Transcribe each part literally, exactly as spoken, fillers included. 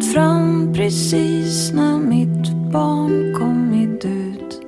kommit fram precis när mitt barn kommit ut.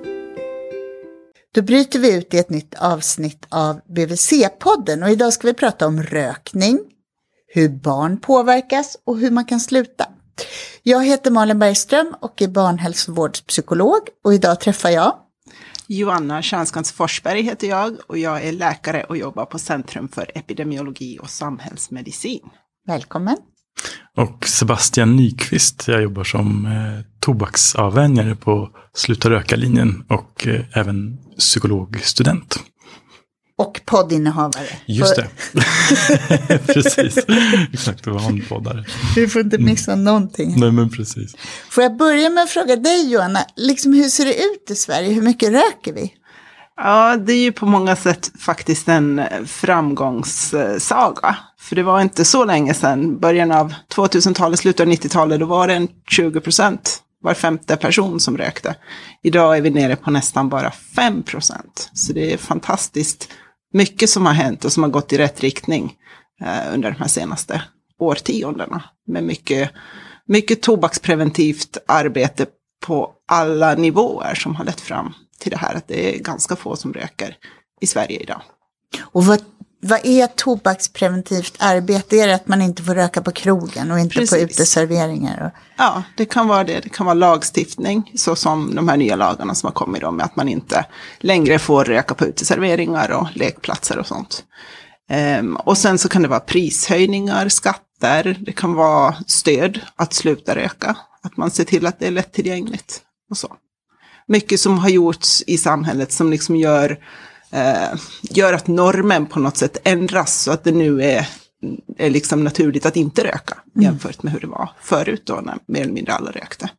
Då bryter vi ut i ett nytt avsnitt av B V C-podden och idag ska vi prata om rökning, hur barn påverkas och hur man kan sluta. Jag heter Malin Bergström och är barnhälsovårdspsykolog och idag träffar jag Joanna Tjärnskans Forsberg heter jag och jag är läkare och jobbar på Centrum för epidemiologi och samhällsmedicin. Välkommen. Och Sebastian Nyqvist, jag jobbar som eh, tobaksavvänjare på Sluta röka-linjen och eh, även psykologstudent. Och poddinnehavare. Just det. Precis. Exakt, det var en poddare. Du får inte missa mm. någonting. Nej, men precis. Får jag börja med att fråga dig, Joanna, liksom hur ser det ut i Sverige? Hur mycket röker vi? Ja, det är ju på många sätt faktiskt en framgångssaga. För det var inte så länge sedan, början av tvåtusentalet, slutet av nittiotalet, då var det en tjugo procent. Var femte person som rökte. Idag är vi nere på nästan bara fem procent. Så det är fantastiskt mycket som har hänt och som har gått i rätt riktning eh, under de här senaste årtiondena. Med mycket, mycket tobakspreventivt arbete på alla nivåer som har lett fram till det här. Att det är ganska få som röker i Sverige idag. Och vad, vad är tobakspreventivt arbete? Är det att man inte får röka på krogen och inte Precis. På uteserveringar? Och... Ja, det kan vara det. Det kan vara lagstiftning, så som de här nya lagarna som har kommit då, med att man inte längre får röka på uteserveringar och lekplatser och sånt. Um, och sen så kan det vara prishöjningar, skatter, det kan vara stöd att sluta röka. Att man ser till att det är lättillgängligt och så. Mycket som har gjorts i samhället som liksom gör... Uh, gör att normen på något sätt ändras så att det nu är, är liksom naturligt att inte röka mm. jämfört med hur det var förut då när mer eller mindre alla rökte.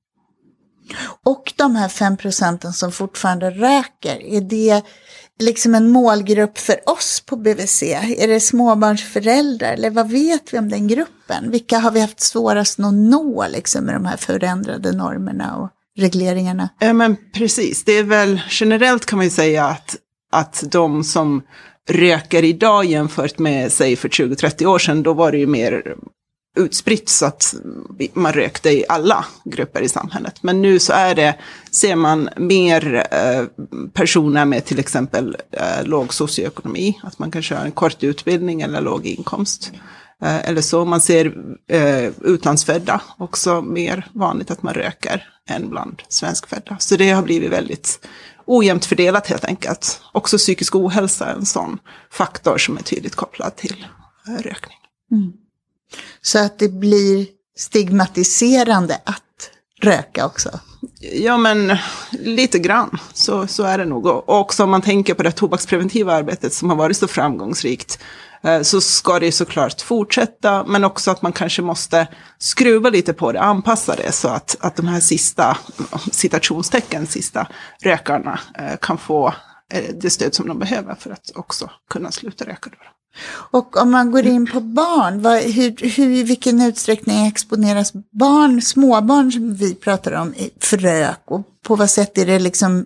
Och de här fem procenten som fortfarande röker, är det liksom en målgrupp för oss på B V C? Är det småbarnsföräldrar eller vad vet vi om den gruppen? Vilka har vi haft svårast att nå liksom, med de här förändrade normerna och regleringarna? Ja, men precis, det är väl generellt kan man ju säga att att de som röker idag jämfört med sig för tjugo till trettio år sedan, då var det ju mer utspritt så att man rökte i alla grupper i samhället. Men nu så är det, ser man mer eh, personer med till exempel eh, låg socioekonomi, att man kan köra en kort utbildning eller låg inkomst. Eh, eller så, man ser eh, utlandsfödda också mer vanligt att man röker än bland svenskfödda. Så det har blivit väldigt ojämnt fördelat helt enkelt. Också psykisk ohälsa är en sån faktor som är tydligt kopplad till äh, rökning. Mm. Så att det blir stigmatiserande att röka också? Ja, men lite grann. Så, så är det nog. Och också om man tänker på det tobakspreventiva arbetet som har varit så framgångsrikt, så ska det såklart fortsätta, men också att man kanske måste skruva lite på det, anpassa det så att, att de här sista, citationstecken, sista rökarna eh, kan få eh, det stöd som de behöver för att också kunna sluta röka. Då. Och om man går in på barn, vad, hur, hur, i vilken utsträckning exponeras barn, småbarn som vi pratar om, för rök? Och på vad sätt är det liksom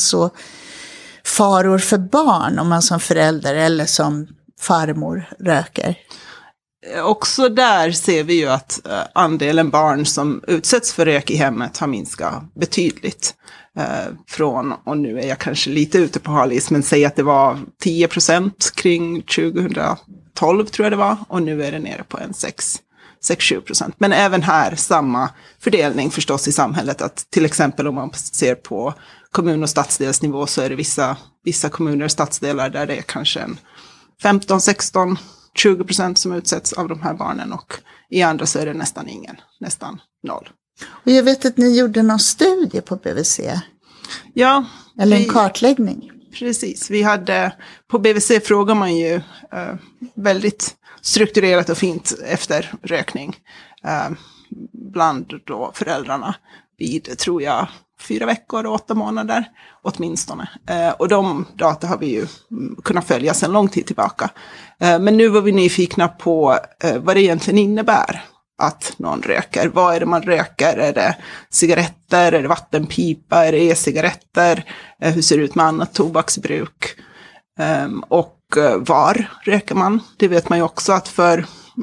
hälsofaror för barn om man som förälder eller som farmor röker? Också där ser vi ju att andelen barn som utsätts för rök i hemmet har minskat betydligt. Eh, från, och nu är jag kanske lite ute på halis, men säg att det var tio procent kring tjugohundratolv tror jag det var. Och nu är det nere på en sex till sju procent. Men även här samma fördelning förstås i samhället. Att till exempel om man ser på kommun- och stadsdelsnivå så är det vissa, vissa kommuner och stadsdelar där det är kanske en femton, sexton, tjugo procent som utsätts av de här barnen och i andra så är det nästan ingen, nästan noll. Och jag vet att ni gjorde någon studie på B V C. Ja. Eller en vi, kartläggning. Precis, vi hade, på B V C frågar man ju eh, väldigt strukturerat och fint efter rökning eh, bland då föräldrarna vid, tror jag, fyra veckor och åtta månader åtminstone. Eh, och de data har vi ju kunnat följa sedan lång tid tillbaka. Eh, men nu var vi nyfikna på eh, vad det egentligen innebär att någon röker. Vad är det man röker? Är det cigaretter? Är det vattenpipa? Är det e-cigaretter? Eh, hur ser det ut med annat tobaksbruk? Eh, och eh, var röker man? Det vet man ju också att för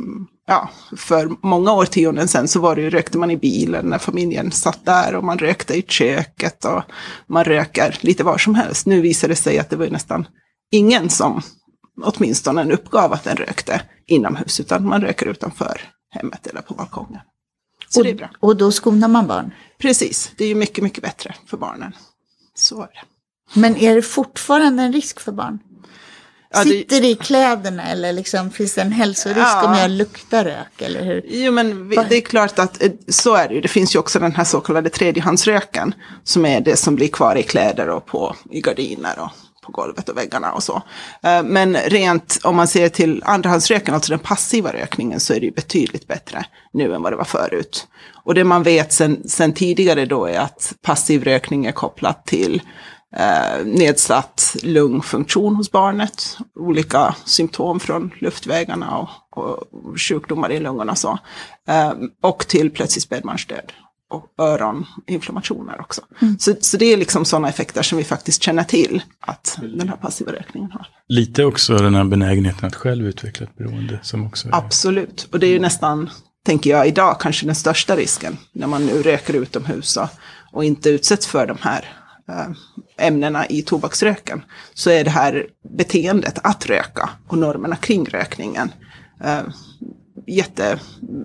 ja, för många årtionden sedan så var det ju, rökte man i bilen när familjen satt där och man rökte i köket och man röker lite var som helst. Nu visar det sig att det var nästan ingen som åtminstone uppgav att den rökte inomhus, utan man röker utanför hemmet eller på balkongen. Så och, det är bra. Och då skonar man barn? Precis, det är ju mycket, mycket bättre för barnen. Så är det. Men är det fortfarande en risk för barn? Ja, det... Sitter det i kläderna eller liksom, finns det en hälsorisk ja. om jag luktar rök? Eller hur? Jo, men vi, det är klart att så är det ju. Det finns ju också den här så kallade tredjehandsröken som är det som blir kvar i kläder och på, i gardiner och på golvet och väggarna och så. Men rent om man ser till andrahandsröken, alltså den passiva rökningen, så är det ju betydligt bättre nu än vad det var förut. Och det man vet sen, sen tidigare då är att passiv rökning är kopplat till eh, nedsatt lungfunktion hos barnet, olika symptom från luftvägarna och, och sjukdomar i lungorna och så. Eh, och till plötslig spädbarnsdöd. Och öroninflammationer också. Mm. Så, så det är liksom sådana effekter som vi faktiskt känner till att den här passiva rökningen har. Lite också den här benägenheten att själv utveckla ett beroende som också är... Absolut. Och det är ju nästan, tänker jag, idag kanske den största risken när man nu röker utomhus och, och inte utsätts för de här äh, ämnena i tobaksröken. Så är det här beteendet att röka och normerna kring rökningen äh, jätte...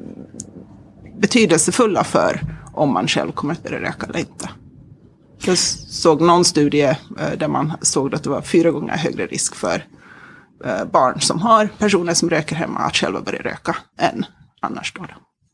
betydelsefulla för om man själv kommer att börja röka eller inte. Jag såg någon studie där man såg att det var fyra gånger högre risk för barn som har personer som röker hemma att själva börja röka än annars då.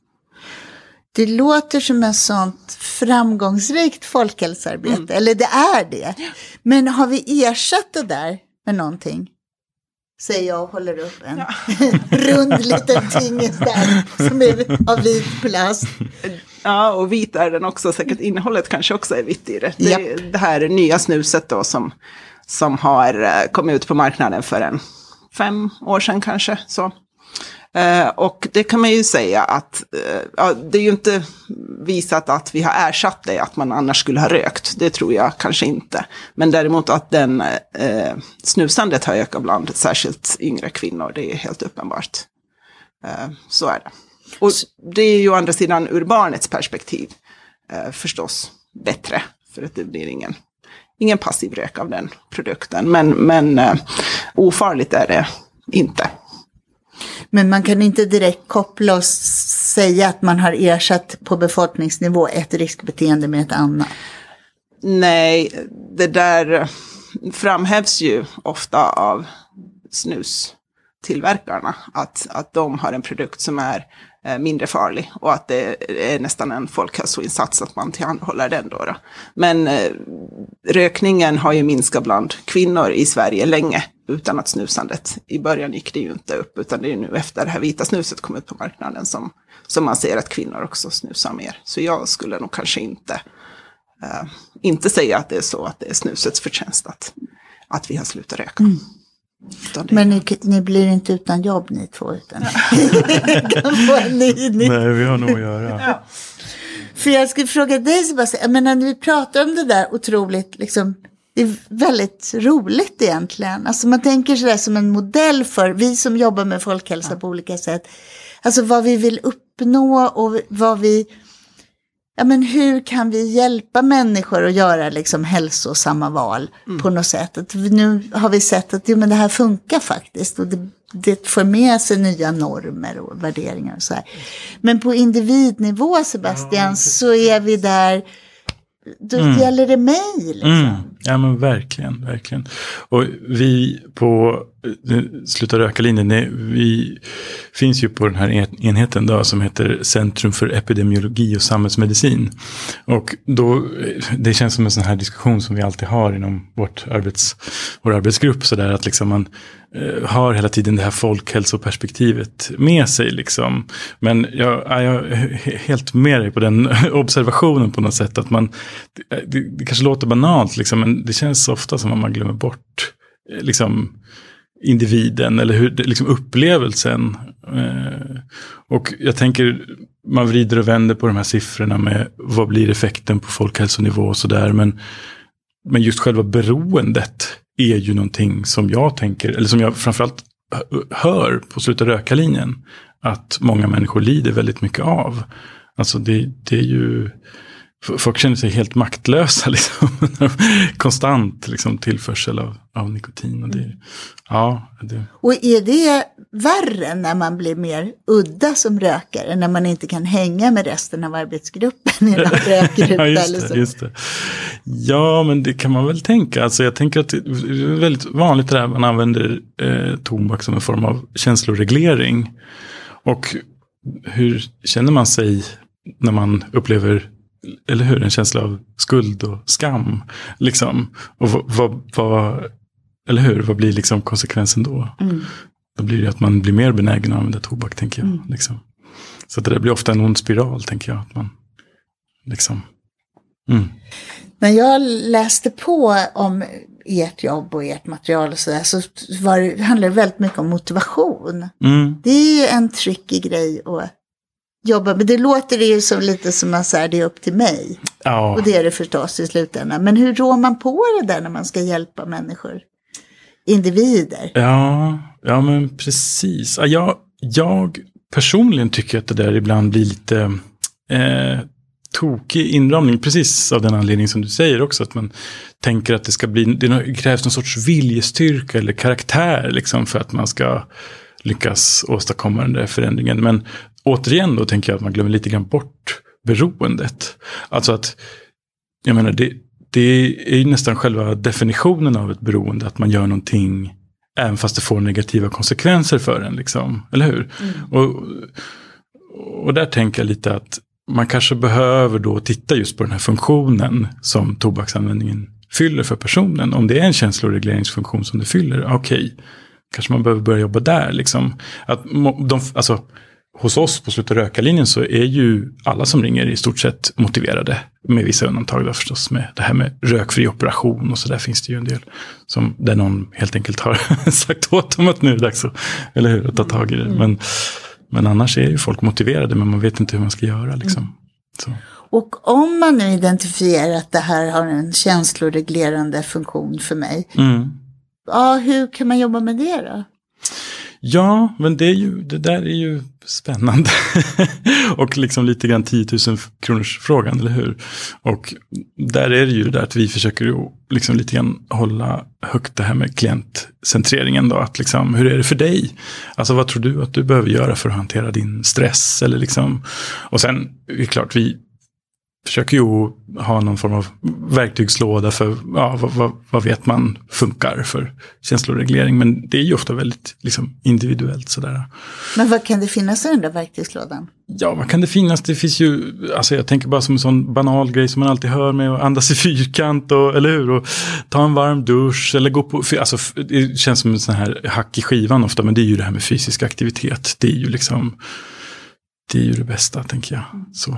Det låter som ett sånt framgångsrikt folkhälsoarbete, mm. eller det är det. Men har vi ersatt det där med någonting? Säger jag och håller upp en ja. rund liten tingest där som är av vit plast. Ja, och vit är den också. Säkert innehållet kanske också är vitt i det. Det, yep. det här nya snuset då som, som har kommit ut på marknaden för en fem år sedan kanske. Så. Uh, och det kan man ju säga att uh, uh, det är ju inte visat att vi har ersatt det, att man annars skulle ha rökt. Det tror jag kanske inte. Men däremot att den uh, snusandet har ökat bland särskilt yngre kvinnor, det är helt uppenbart. Uh, så är det. Och det är ju å andra sidan ur barnets perspektiv uh, förstås bättre, för att det blir ingen, ingen passiv rök av den produkten. Men, men uh, ofarligt är det inte. Men man kan inte direkt koppla och säga att man har ersatt på befolkningsnivå ett riskbeteende med ett annat. Nej, det där framhävs ju ofta av snustillverkarna. Att, att de har en produkt som är eh, mindre farlig. Och att det är nästan en folkhälsoinsats att man tillhandahåller den då. då. Men eh, rökningen har ju minskat bland kvinnor i Sverige länge. Utan att snusandet, i början gick det ju inte upp, utan det är nu efter det här vita snuset kom ut på marknaden som, som man ser att kvinnor också snusar mer. Så jag skulle nog kanske inte, uh, inte säga att det är så att det är snusets förtjänst att, att vi har slutat röka. Mm. Men ni, ni blir inte utan jobb ni två, utan ni, ni. Nej, vi har nog att göra. Ja. För jag skulle fråga dig, Sebastian, men när vi pratar om det där otroligt liksom, det är väldigt roligt egentligen. Alltså man tänker sådär som en modell för vi som jobbar med folkhälsa ja. på olika sätt. Alltså vad vi vill uppnå och vad vi... Ja, men hur kan vi hjälpa människor att göra liksom hälsosamma val mm. på något sätt? Att nu har vi sett att jo, men det här funkar faktiskt. Och det, det får med sig nya normer och värderingar och så här. Men på individnivå, Sebastian, ja, så är vi där... Då mm. gäller det mig liksom. Mm. Ja men verkligen, verkligen. Och vi på Sluta röka-linjen, vi finns ju på den här enheten då som heter Centrum för epidemiologi och samhällsmedicin. Och då, det känns som en sån här diskussion som vi alltid har inom vårt arbets, vår arbetsgrupp så där att liksom man eh, har hela tiden det här folkhälsoperspektivet med sig liksom. Men jag, jag är helt med dig på den observationen på något sätt att man, det, det kanske låter banalt liksom, men det känns ofta som att man glömmer bort liksom individen eller hur, liksom upplevelsen. Eh, och jag tänker, man vrider och vänder på de här siffrorna med vad blir effekten på folkhälsonivå och sådär. Men, men just själva beroendet är ju någonting som jag tänker, eller som jag framförallt hör på Sluta röka-linjen. att många människor lider väldigt mycket av. Alltså det, det är ju, folk känner sig helt maktlösa liksom, konstant liksom, tillförsel av, av nikotin. Och, det, ja, det. Och är det värre när man blir mer udda som rökare, när man inte kan hänga med resten av arbetsgruppen innan man röker ut? Ja, just eller det, så? just det. Ja, men det kan man väl tänka. Alltså, jag tänker att det är väldigt vanligt det där man använder eh, tobak som en form av känsloreglering. Och hur känner man sig när man upplever, eller hur, en känsla av skuld och skam liksom, och vad, vad, vad eller hur, vad blir liksom konsekvensen då? Mm. Då blir det att man blir mer benägen att använda tobak, tänker jag. Mm. Liksom. Så det blir ofta en ond spiral, tänker jag. Att man, liksom, mm. När jag läste på om ert jobb och ert material och sådär, så var det, handlar det väldigt mycket om motivation. Mm. Det är ju en tricky grej att jobba, men det låter det ju som lite som man säger, det är upp till mig. Ja. Och det är det förstås i slutändan. Men hur rår man på det där när man ska hjälpa människor? Individer. Ja, ja men precis. Jag, jag personligen tycker att det där ibland blir lite eh, tokig inramning. Precis av den anledning som du säger också. Att man tänker att det ska bli, det krävs någon sorts viljestyrka eller karaktär liksom, för att man ska lyckas åstadkomma den där förändringen. Men återigen då tänker jag att man glömmer lite grann bort beroendet. Alltså att, jag menar, det, det är ju nästan själva definitionen av ett beroende, att man gör någonting även fast det får negativa konsekvenser för en, liksom. Eller hur? Mm. Och, och där tänker jag lite att man kanske behöver då titta just på den här funktionen som tobaksanvändningen fyller för personen. Om det är en känsloregleringsfunktion som det fyller, okej. Okay. Kanske man behöver börja jobba där. Liksom. Att de, alltså, hos oss på Sluta röka-linjen så är ju alla som ringer i stort sett motiverade. Med vissa undantag då förstås. Med det här med rökfri operation och så där finns det ju en del. Som, där någon helt enkelt har sagt åt dem att nu är det dags att, eller hur, att ta tag i det. Men, men annars är ju folk motiverade, men man vet inte hur man ska göra. Liksom. Så. Och om man nu identifierar att det här har en känsloreglerande funktion för mig. Mm. Ja, hur kan man jobba med det då? Ja, men det, är ju, det där är ju spännande. Och liksom lite grann tio tusen kronors frågan, eller hur? Och där är det ju det där att vi försöker ju liksom lite grann hålla högt det här med klientcentreringen då. Att liksom, hur är det för dig? Alltså vad tror du att du behöver göra för att hantera din stress? Eller liksom, och sen är det klart, vi försöker ju ha någon form av verktygslåda för ja, vad, vad, vad vet man funkar för känsloreglering. Men det är ju ofta väldigt liksom, individuellt sådär. Men vad kan det finnas i den där verktygslådan? Ja, vad kan det finnas? Det finns ju, alltså jag tänker bara som en sån banal grej som man alltid hör med att andas i fyrkant, och, eller hur? Och ta en varm dusch eller gå på, alltså det känns som en sån här hack i skivan ofta, men det är ju det här med fysisk aktivitet. Det är ju liksom, det är ju det bästa, tänker jag. Så.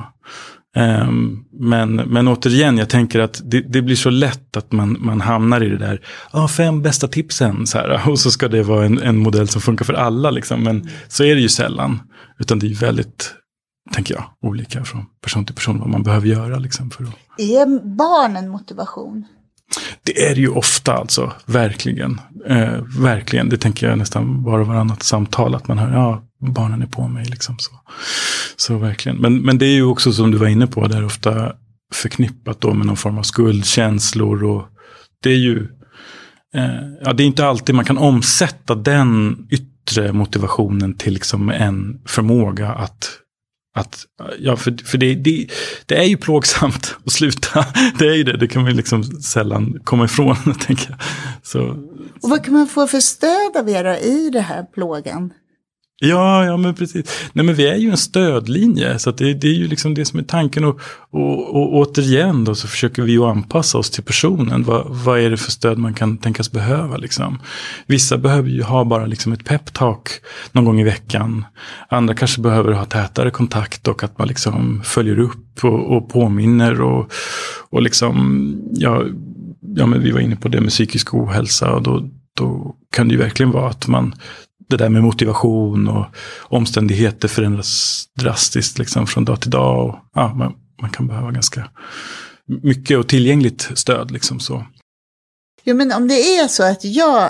Um, men, men återigen, jag tänker att det, det blir så lätt att man, man hamnar i det där ah, fem bästa tipsen så här, och så ska det vara en, en modell som funkar för alla liksom. Men mm. så är det ju sällan, utan det är ju väldigt, tänker jag, olika från person till person vad man behöver göra liksom, för att... Är barnen motivation? Det är det ju ofta alltså, verkligen eh, verkligen, det tänker jag nästan bara varannat samtal att man hör, ja, barnen är på mig liksom så. Så verkligen, men, men det är ju också som du var inne på, där ofta förknippat då med någon form av skuldkänslor, och det är ju eh, ja, det är inte alltid man kan omsätta den yttre motivationen till liksom en förmåga att Att, ja, för, för det, det, det är ju plågsamt att sluta. Det är ju det, det kan man ju liksom sällan komma ifrån, tänker jag. Så. Och vad kan man få för stöd av er i det här plågan? Ja, ja men precis. Nej, men vi är ju en stödlinje, så att det, det är ju liksom det som är tanken. Och, och, och återigen då så försöker vi ju anpassa oss till personen. Vad, vad är det för stöd man kan tänkas behöva liksom? Vissa behöver ju ha bara liksom ett peptalk någon gång i veckan. Andra kanske behöver ha tätare kontakt, och att man liksom följer upp och, och påminner. Och, och liksom, ja, ja men vi var inne på det med psykisk ohälsa, och då, då kan det ju verkligen vara att man... Det där med motivation och omständigheter förändras drastiskt liksom från dag till dag. Och, ja, man, man kan behöva ganska mycket och tillgängligt stöd. Liksom så. Jo, men om det är så att jag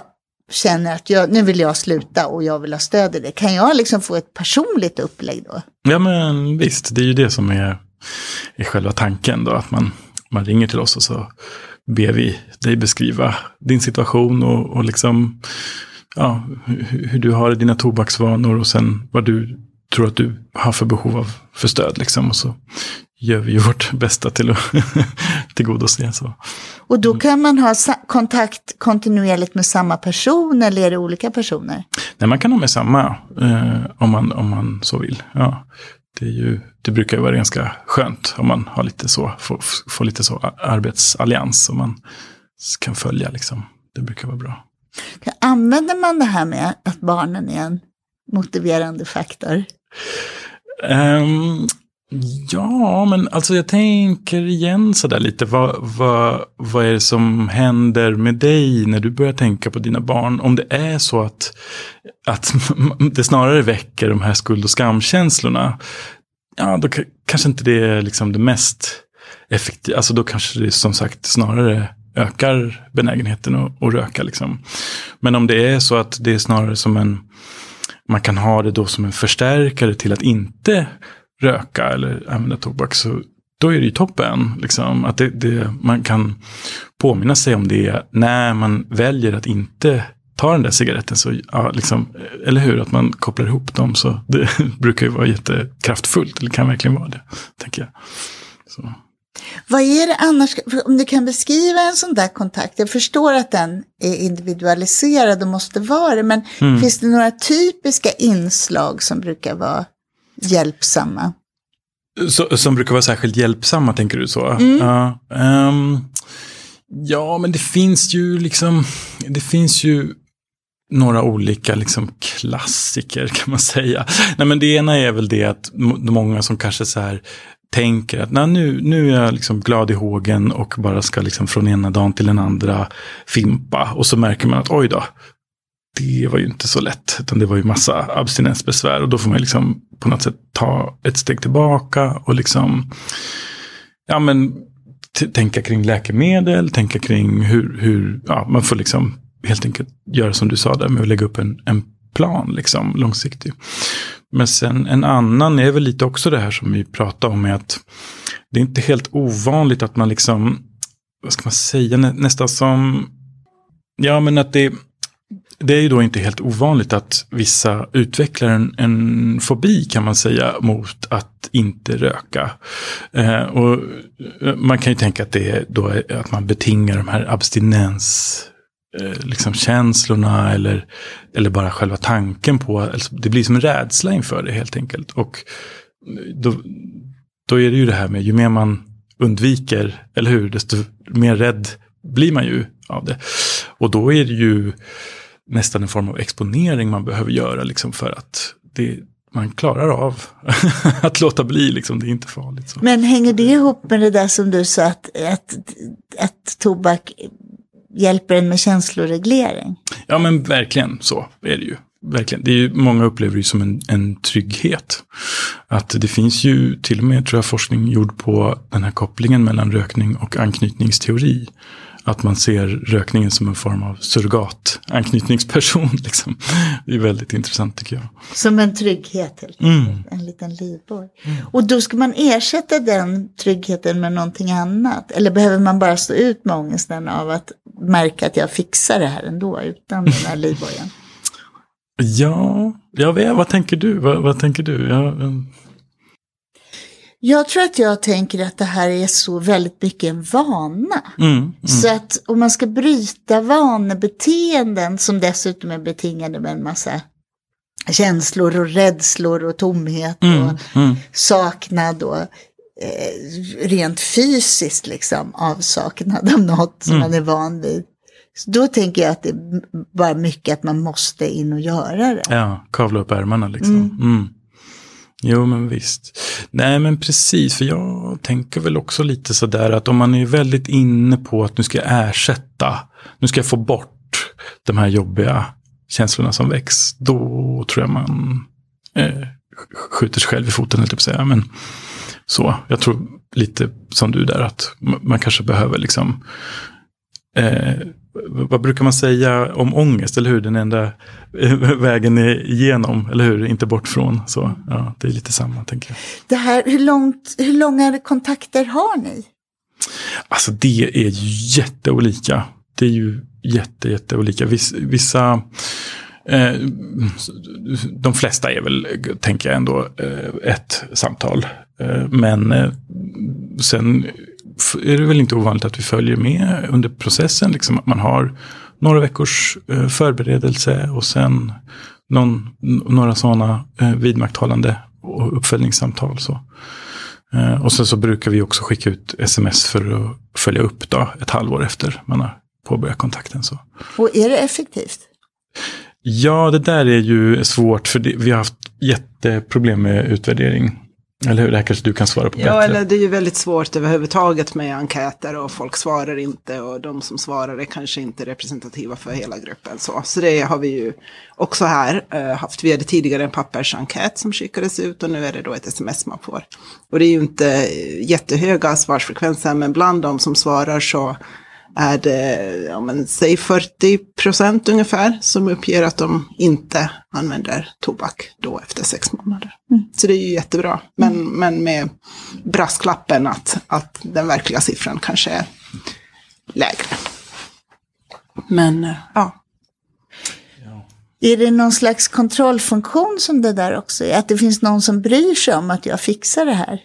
känner att jag, nu vill jag sluta och jag vill ha stöd i det. Kan jag liksom få ett personligt upplägg då? Ja men visst, det är ju det som är, är själva tanken då. Att man, man ringer till oss och så ber vi dig beskriva din situation och, och liksom, ja, hur, hur du har dina tobaksvanor och sen vad du tror att du har för behov av för stöd liksom. Och så gör vi ju vårt bästa till att tillgodose så. Och då kan man ha sa- kontakt kontinuerligt med samma person eller är det olika personer? Nej, man kan ha med samma eh, om, man, om man så vill. Ja, det, är ju, det brukar ju vara ganska skönt om man har lite så, får, får lite så arbetsallians som man kan följa liksom. Det brukar vara bra. Använder man det här med att barnen är en motiverande faktor? Um, ja, men alltså jag tänker igen sådär lite. Vad, vad, vad är det som händer med dig när du börjar tänka på dina barn? Om det är så att, att det snarare väcker de här skuld- och skamkänslorna, ja, då k- kanske inte det är liksom det mest effektiva. Alltså då kanske det som sagt snarare ökar benägenheten att, att röka liksom. Men om det är så att det är snarare som en, man kan ha det då som en förstärkare till att inte röka eller använda tobak, så då är det ju toppen liksom, att det, det, man kan påminna sig om det när man väljer att inte ta den där cigaretten, så ja, liksom, eller hur, att man kopplar ihop dem, så det brukar ju vara jättekraftfullt, eller kan verkligen vara det, tänker jag. Så. Vad är det annars, om du kan beskriva en sån där kontakt? Jag förstår att den är individualiserad och måste vara det, men mm. finns det några typiska inslag som brukar vara hjälpsamma? Så, som brukar vara särskilt hjälpsamma, tänker du så? Mm. Ja, um, ja, men det finns ju liksom, det finns ju några olika liksom klassiker kan man säga. Nej, men det ena är väl det att många som kanske så här tänker att nej, nu, nu är jag liksom glad i hågen och bara ska liksom från ena dagen till den andra fimpa. Och så märker man att oj då, det var ju inte så lätt, utan det var ju massa abstinensbesvär, och då får man liksom på något sätt ta ett steg tillbaka och liksom ja men t- tänka kring läkemedel, tänka kring hur, hur ja, man får liksom helt enkelt göra som du sa där med att lägga upp en, en plan liksom långsiktig. Men sen en annan är väl lite också det här som vi pratade om, är att det är inte helt ovanligt att man liksom, vad ska man säga, nä, nästan som, ja men att det Det är ju då inte helt ovanligt att vissa utvecklar en, en fobi, kan man säga, mot att inte röka. Eh, och man kan ju tänka att det är då att man betingar de här abstinens eh, liksom känslorna eller, eller bara själva tanken på, alltså det blir som en rädsla inför det helt enkelt. Och då, då är det ju det här med, ju mer man undviker, eller hur, desto mer rädd blir man ju av det. Och då är det ju nästan en form av exponering man behöver göra liksom, för att det, man klarar av att låta bli, liksom, det är inte farligt. Så. Men hänger det ihop med det där som du sa, att, att, att tobak hjälper en med känsloreglering? Ja, men verkligen så är det ju. Verkligen. Det är ju, många upplever det som en, en trygghet. Att det finns ju till och med, tror jag, forskning gjord på den här kopplingen mellan rökning och anknytningsteori. Att man ser rökningen som en form av surrogat anknytningsperson. Liksom. Det är väldigt intressant, tycker jag. Som en trygghet, helt mm. en liten livboj. Mm. Och då ska man ersätta den tryggheten med någonting annat? Eller behöver man bara stå ut med ångesten av att märka att jag fixar det här ändå utan den här livbojen? Ja, jag vet, vad tänker du? Vad, vad tänker du? Ja, um... Jag tror att jag tänker att det här är så väldigt mycket en vana. Mm, mm. Så att om man ska bryta vanebeteenden som dessutom är betingade med en massa känslor och rädslor och tomhet mm, och mm. saknad och eh, rent fysiskt liksom avsaknad av något som mm. man är van vid. Så då tänker jag att det är bara mycket att man måste in och göra det. Ja, kavla upp ärmarna liksom. Mm. Mm. Jo, men visst. Nej, men precis. För jag tänker väl också lite sådär att om man är väldigt inne på att nu ska jag ersätta, nu ska jag få bort de här jobbiga känslorna som väcks, då tror jag man eh, skjuter sig själv i foten, höll jag på att säga. Men så, jag tror lite som du där att man kanske behöver liksom eh, vad brukar man säga om ångest, eller hur? Den enda vägen är igenom, eller hur? Inte bort från. Så ja, det är lite samma, tänker jag. Det här, hur, långt, hur långa kontakter har ni? Alltså det är ju jätteolika. Det är ju jätte, jätteolika. Vissa, vissa eh, de flesta är väl, tänker jag ändå, eh, ett samtal. Eh, men eh, sen är det väl inte ovanligt att vi följer med under processen. Liksom att man har några veckors eh, förberedelse och sen någon, några sådana eh, vidmakthållande och uppföljningssamtal. Så. Eh, och sen så brukar vi också skicka ut sms för att följa upp då, ett halvår efter man har påbörjat kontakten. Så. Och är det effektivt? Ja, det där är ju svårt, för det, vi har haft jätteproblem med utvärdering. Eller hur? Det här kanske du kan svara på bättre. Ja, eller det är ju väldigt svårt överhuvudtaget med enkäter och folk svarar inte och de som svarar är kanske inte representativa för hela gruppen. Så, så det har vi ju också här eh, haft. Vi hade tidigare en pappersenkät som skickades ut och nu är det då ett sms man får. Och det är ju inte jättehöga svarsfrekvenser, men bland de som svarar så är det, ja men säg fyrtio procent ungefär som uppger att de inte använder tobak då efter sex månader. Mm. Så det är ju jättebra. Men, mm. men med brasklappen att, att den verkliga siffran kanske är lägre. Men ja. Är det någon slags kontrollfunktion som det där också är? Att det finns någon som bryr sig om att jag fixar det här?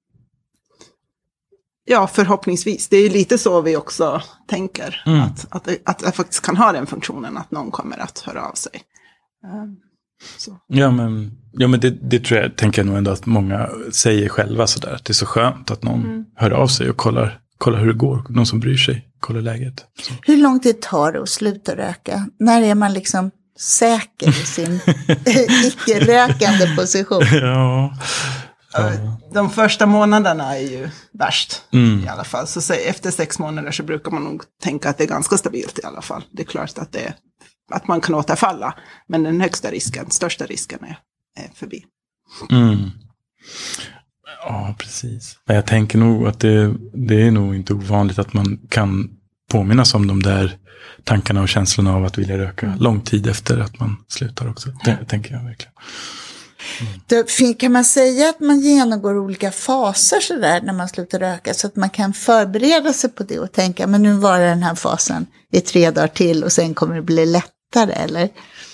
Ja, förhoppningsvis. Det är lite så vi också tänker. Mm. Att, att, att jag faktiskt kan ha den funktionen att någon kommer att höra av sig. Um, så. Ja, men, ja, men det, det tror jag, tänker jag nog ändå att många säger själva sådär. Att det är så skönt att någon mm. hör av sig och kollar, kollar hur det går. Någon som bryr sig, kollar läget. Så. Hur lång tid tar det att sluta röka? När är man liksom säker i sin icke-rökande position? Ja... Ja. De första månaderna är ju värst mm. i alla fall. Så efter sex månader så brukar man nog tänka att det är ganska stabilt i alla fall. Det är klart att, det, att man kan återfalla. Men den högsta risken, största risken är, är förbi. Mm. Ja, precis. Jag tänker nog att det, det är nog inte ovanligt att man kan påminnas om de där tankarna och känslorna av att vilja röka mm. lång tid efter att man slutar också. Det tänker jag verkligen. Mm. Då kan man säga att man genomgår olika faser så där när man slutar röka, så att man kan förbereda sig på det och tänka, men nu var det den här fasen i tre dagar till och sen kommer det bli lättare, eller?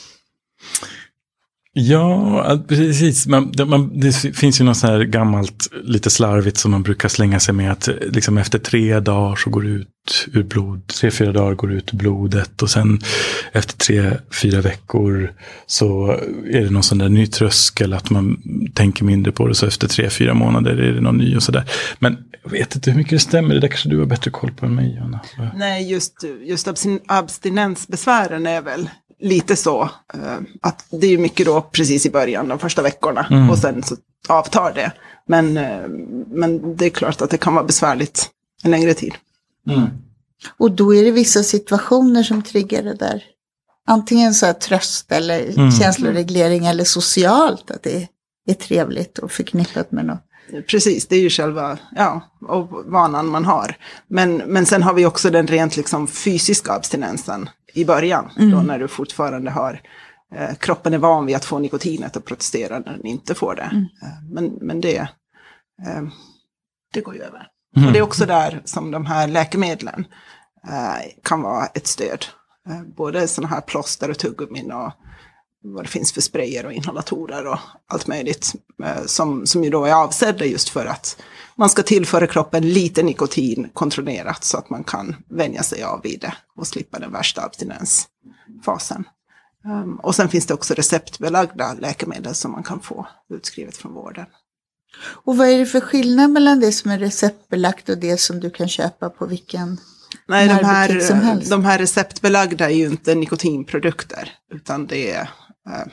Ja, precis. Man, man, det finns ju något så här gammalt, lite slarvigt som man brukar slänga sig med, att liksom efter tre dagar så går det ut ur blod, tre, fyra dagar går det ut ur blodet och sen efter tre, fyra veckor så är det någon sån där ny tröskel att man tänker mindre på det, så efter tre, fyra månader är det någon ny och sådär. Men jag vet inte hur mycket det stämmer, det där kanske du har bättre koll på än mig, Anna. Nej, just, just abstinensbesvären är väl lite så, att det är mycket då precis i början, de första veckorna. Mm. Och sen så avtar det. Men, men det är klart att det kan vara besvärligt en längre tid. Mm. Och då är det vissa situationer som triggar det där. Antingen så här tröst eller mm. känsloreglering eller socialt, att det är trevligt och förknippat med något. Precis, det är ju själva ja, och vanan man har. Men, men sen har vi också den rent liksom fysiska abstinensen i början. Mm. Då när du fortfarande har, eh, kroppen är van vid att få nikotinet och protesterar när den inte får det. Mm. Eh, men, men det, eh, det går ju över. Mm. Och det är också där som de här läkemedlen eh, kan vara ett stöd. Eh, både sådana här plåster och tuggummin och vad det finns för sprayer och inhalatorer och allt möjligt. Eh, som, som ju då är avsedda just för att man ska tillföra kroppen lite nikotin kontrollerat så att man kan vänja sig av vid det och slippa den värsta abstinensfasen. Um, och sen finns det också receptbelagda läkemedel som man kan få utskrivet från vården. Och vad är det för skillnad mellan det som är receptbelagt och det som du kan köpa på vilken Nej, de här, som helst? De här receptbelagda är ju inte nikotinprodukter, utan det är uh,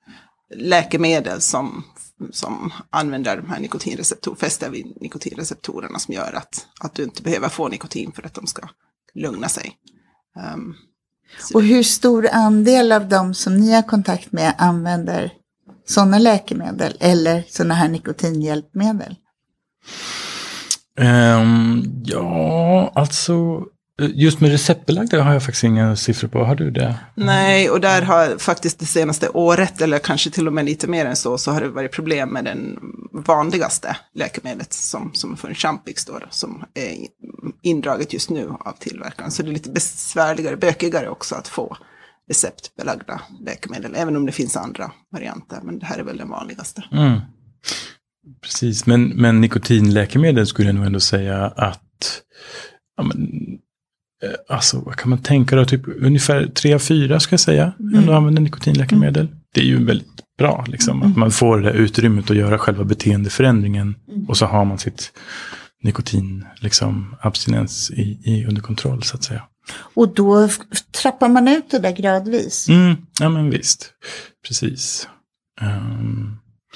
läkemedel som som använder de här nikotinreceptorerna, fäster vid nikotinreceptorerna som gör att, att du inte behöver få nikotin för att de ska lugna sig. Um, och hur stor andel av dem som ni har kontakt med använder sådana läkemedel eller sådana här nikotinhjälpmedel? Um, ja, alltså just med receptbelagda har jag faktiskt inga siffror på. Har du det? Nej, och där har faktiskt det senaste året, eller kanske till och med lite mer än så, så har det varit problem med den vanligaste läkemedlet som, som för en Champix då, som är indraget just nu av tillverkaren. Så det är lite besvärligare, bökigare också att få receptbelagda läkemedel, även om det finns andra varianter, men det här är väl den vanligaste. Mm. Precis, men, men nikotinläkemedel skulle jag nog ändå säga att ja, men, alltså vad kan man tänka då, typ ungefär tre av fyra ska jag säga, mm. ändå använder nikotinläkemedel. Mm. Det är ju väldigt bra liksom, mm. att man får det utrymmet att göra själva beteendeförändringen mm. och så har man sitt nikotin liksom abstinens i, i under kontroll så att säga. Och då trappar man ut det där gradvis. Mm, ja men visst, precis. Um,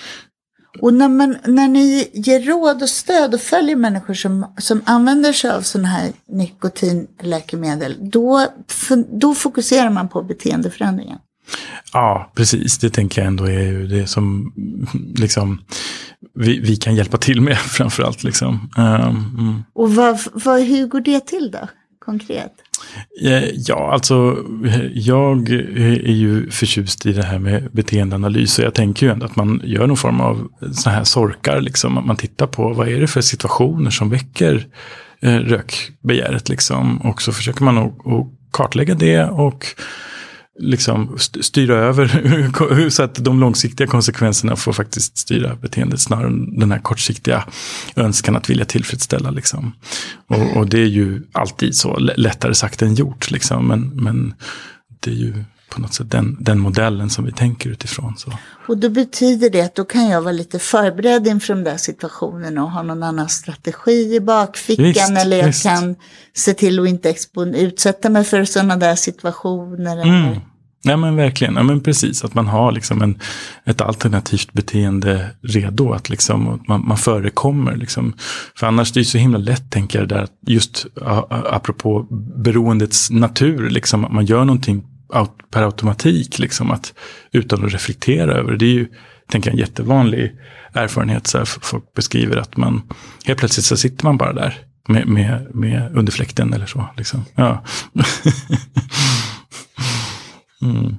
Och när, man, när ni ger råd och stöd och följer människor som, som använder sig av sådana här nikotinläkemedel, då, då fokuserar man på beteendeförändringen. Ja, precis. Det tänker jag ändå är ju det som liksom, vi, vi kan hjälpa till med framförallt. Liksom. Um, mm. Och vad, vad, hur går det till då, konkret? Ja, alltså jag är ju förtjust i det här med beteendeanalys och jag tänker ju ändå att man gör någon form av såna här sorkar liksom. Man tittar på vad är det för situationer som väcker eh, rökbegäret liksom, och så försöker man att kartlägga det och liksom styra över så att de långsiktiga konsekvenserna får faktiskt styra beteendet snarare än den här kortsiktiga önskan att vilja tillfredsställa liksom. Och, och det är ju alltid så lättare sagt än gjort liksom, men, men det är ju på något sätt den, den modellen som vi tänker utifrån. Så. Och då betyder det att då kan jag vara lite förberedd inför de där situationerna och ha någon annan strategi i bakfickan, visst, eller jag visst. kan se till att inte expon- utsätta mig för sådana där situationer. Mm. Eller... Ja men verkligen, ja, men precis att man har liksom en, ett alternativt beteende redo, att liksom, man, man förekommer liksom. För annars det är det så himla lätt, tänker jag, där att just apropå beroendets natur, liksom, att man gör någonting per automatik liksom, att, utan att reflektera över det. Det är ju, tänker jag, en jättevanlig erfarenhet så här, folk beskriver att man helt plötsligt så sitter man bara där med, med, med underfläkten eller så liksom. Ja. Mm.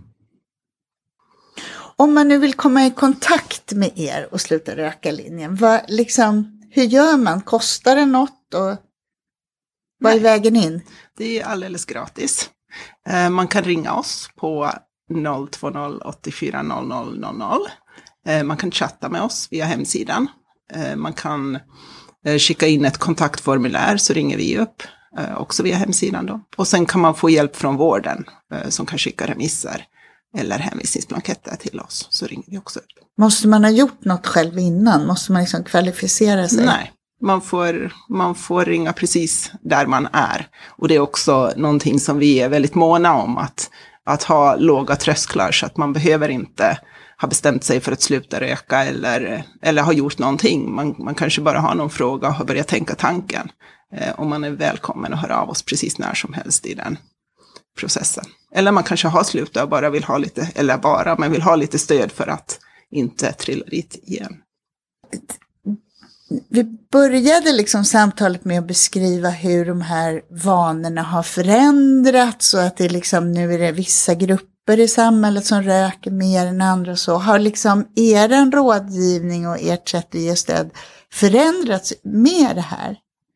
Om man nu vill komma i kontakt med er och sluta röka-linjen, vad, liksom, hur gör man? Kostar det något? Och vad är vägen in? Det är alldeles gratis. Eh, man kan ringa oss på noll två noll åtta fyra noll noll noll noll. Eh, man kan chatta med oss via hemsidan. Eh, man kan eh, skicka in ett kontaktformulär, så ringer vi upp. Också via hemsidan då. Och sen kan man få hjälp från vården eh, som kan skicka remisser eller hänvisningsblanketter till oss. Så ringer vi också upp. Måste man ha gjort något själv innan? Måste man liksom kvalificera sig? Nej, man får, man får ringa precis där man är. Och det är också någonting som vi är väldigt måna om. Att, att ha låga trösklar, så att man behöver inte ha bestämt sig för att sluta röka eller, eller ha gjort någonting. Man, man kanske bara har någon fråga och har börjat tänka tanken. Eh, och man är välkommen att höra av oss precis när som helst i den processen. Eller man kanske har slutat och bara vill ha lite, eller bara, man vill ha lite stöd för att inte trilla dit igen. Vi började liksom samtalet med att beskriva hur de här vanorna har förändrats, och att det liksom, nu är det vissa grupper i samhället som röker mer än andra. Så har liksom er rådgivning och ert sätt att ge stöd förändrats med det här?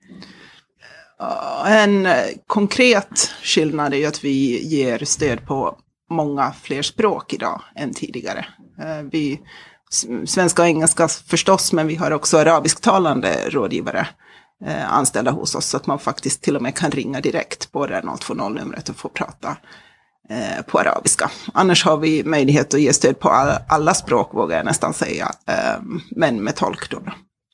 En konkret skillnad är att vi ger stöd på många fler språk idag än tidigare. Vi, svenska och engelska förstås, men vi har också arabisktalande rådgivare eh, anställda hos oss, så att man faktiskt till och med kan ringa direkt på det noll två noll-numret och få prata eh, på arabiska. Annars har vi möjlighet att ge stöd på all, alla språk, vågar jag nästan säga, eh, men med tolk då.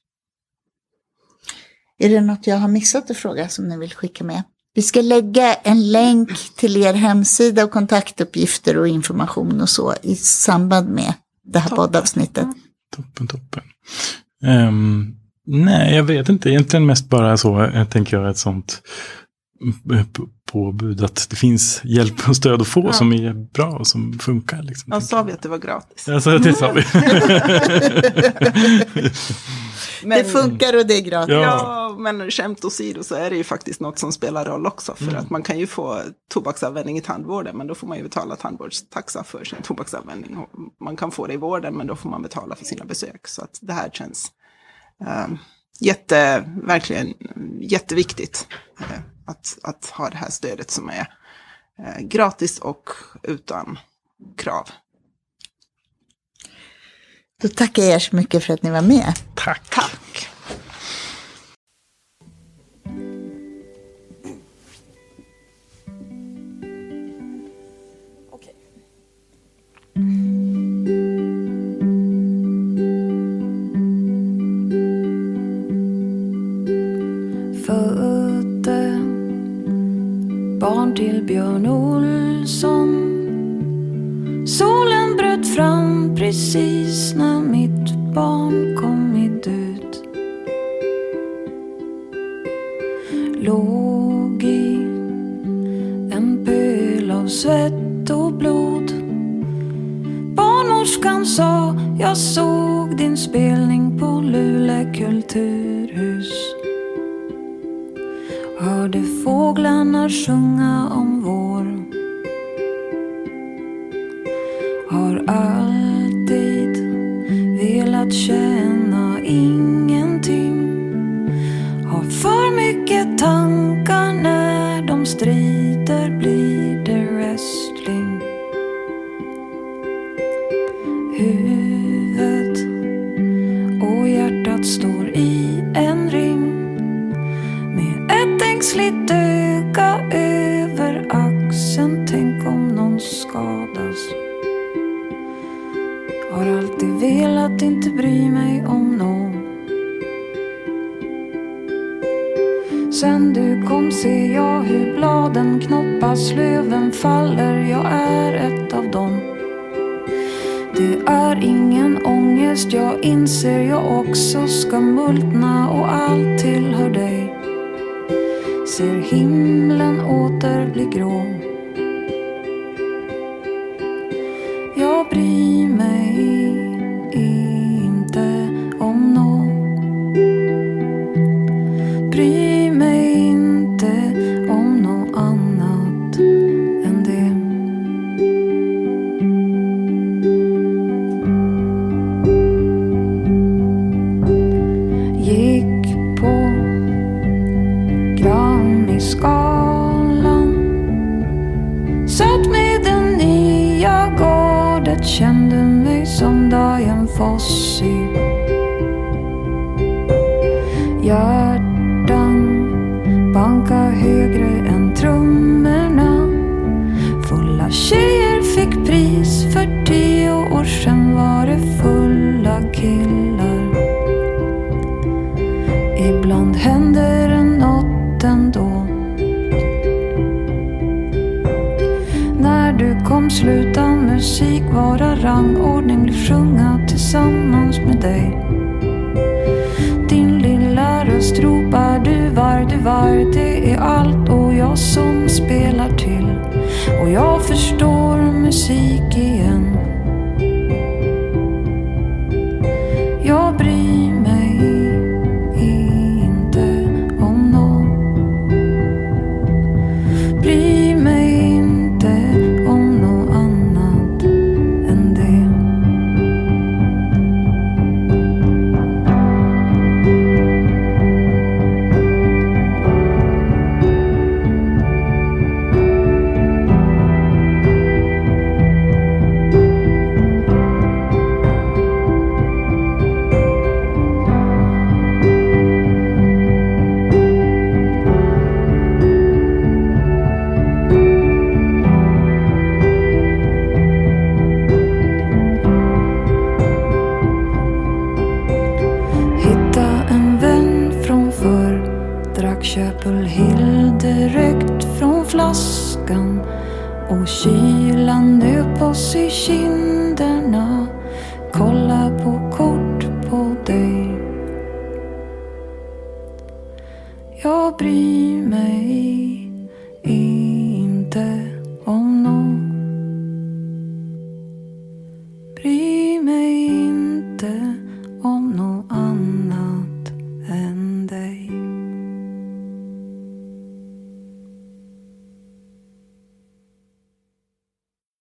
Är det något jag har missat att fråga som ni vill skicka med? Vi ska lägga en länk till er hemsida och kontaktuppgifter och information och så i samband med det här poddavsnittet. Toppen, toppen. Um, nej, jag vet inte. Egentligen mest bara så. Jag tänker göra ett sånt påbud att det finns hjälp och stöd att få ja. som är bra och som funkar. Liksom, ja, sa vi att det var gratis? Ja, så det sa vi. Men, det funkar och det är gratis. Ja, ja, men skämt åsido så är det ju faktiskt något som spelar roll också. För mm. att man kan ju få tobaksanvändning i tandvården, men då får man ju betala tandvårdstaxa för sin tobaksanvändning. Man kan få det i vården, men då får man betala för sina besök. Så att det här känns äh, jätte, verkligen jätteviktigt. Äh, att, att ha det här stödet som är äh, gratis och utan krav. Då tackar jag er så mycket för att ni var med. Tack. Tack. Okej. Födde barn till Björn Olsson. Solen bröt fram precis när mitt barn kommit ut. Låg i en pöl av svett och blod. Barnmorskan sa, jag såg din spelning på Luleå kulturhus. Hörde fåglarna sjunga om vår. Har alltid velat känna ingenting. Har för mycket tankar när de strider blir det wrestling. Huvudet och hjärtat står i en ring. Med ett ängsligt öga över axeln. Tänk om någon skadas. Har alltid velat inte bry mig om någon. Sen du kom ser jag hur bladen knoppas, löven faller, jag är ett av dem. Det är ingen ångest, jag inser jag också ska multna och allt tillhör dig. Ser himlen åter bli grå. Jag bryr mig inte om någon. Bryr mig inte om något annat än det. Gick på Grammy-skalan. Satt med den nya gardet. Kände mig som Dian Fossey. Hjärtan bankar högre än trummorna. Fulla tjejer fick pris. För tio år sedan var det fulla killar. Ibland händer det något ändå. När du kom sluta musik vara rangordning. Vill sjunga tillsammans med dig. Din lilla röst ropar du var, du var. Det är allt och jag som spelar till. Och jag förstår musik igen. Jag bryr mig inte om någon. Bryr mig inte om något annat än det. Köpulhill direkt från flaskan. Och kylan nöp oss i kinderna. Kolla på kort på dig. Jag bryr mig inte.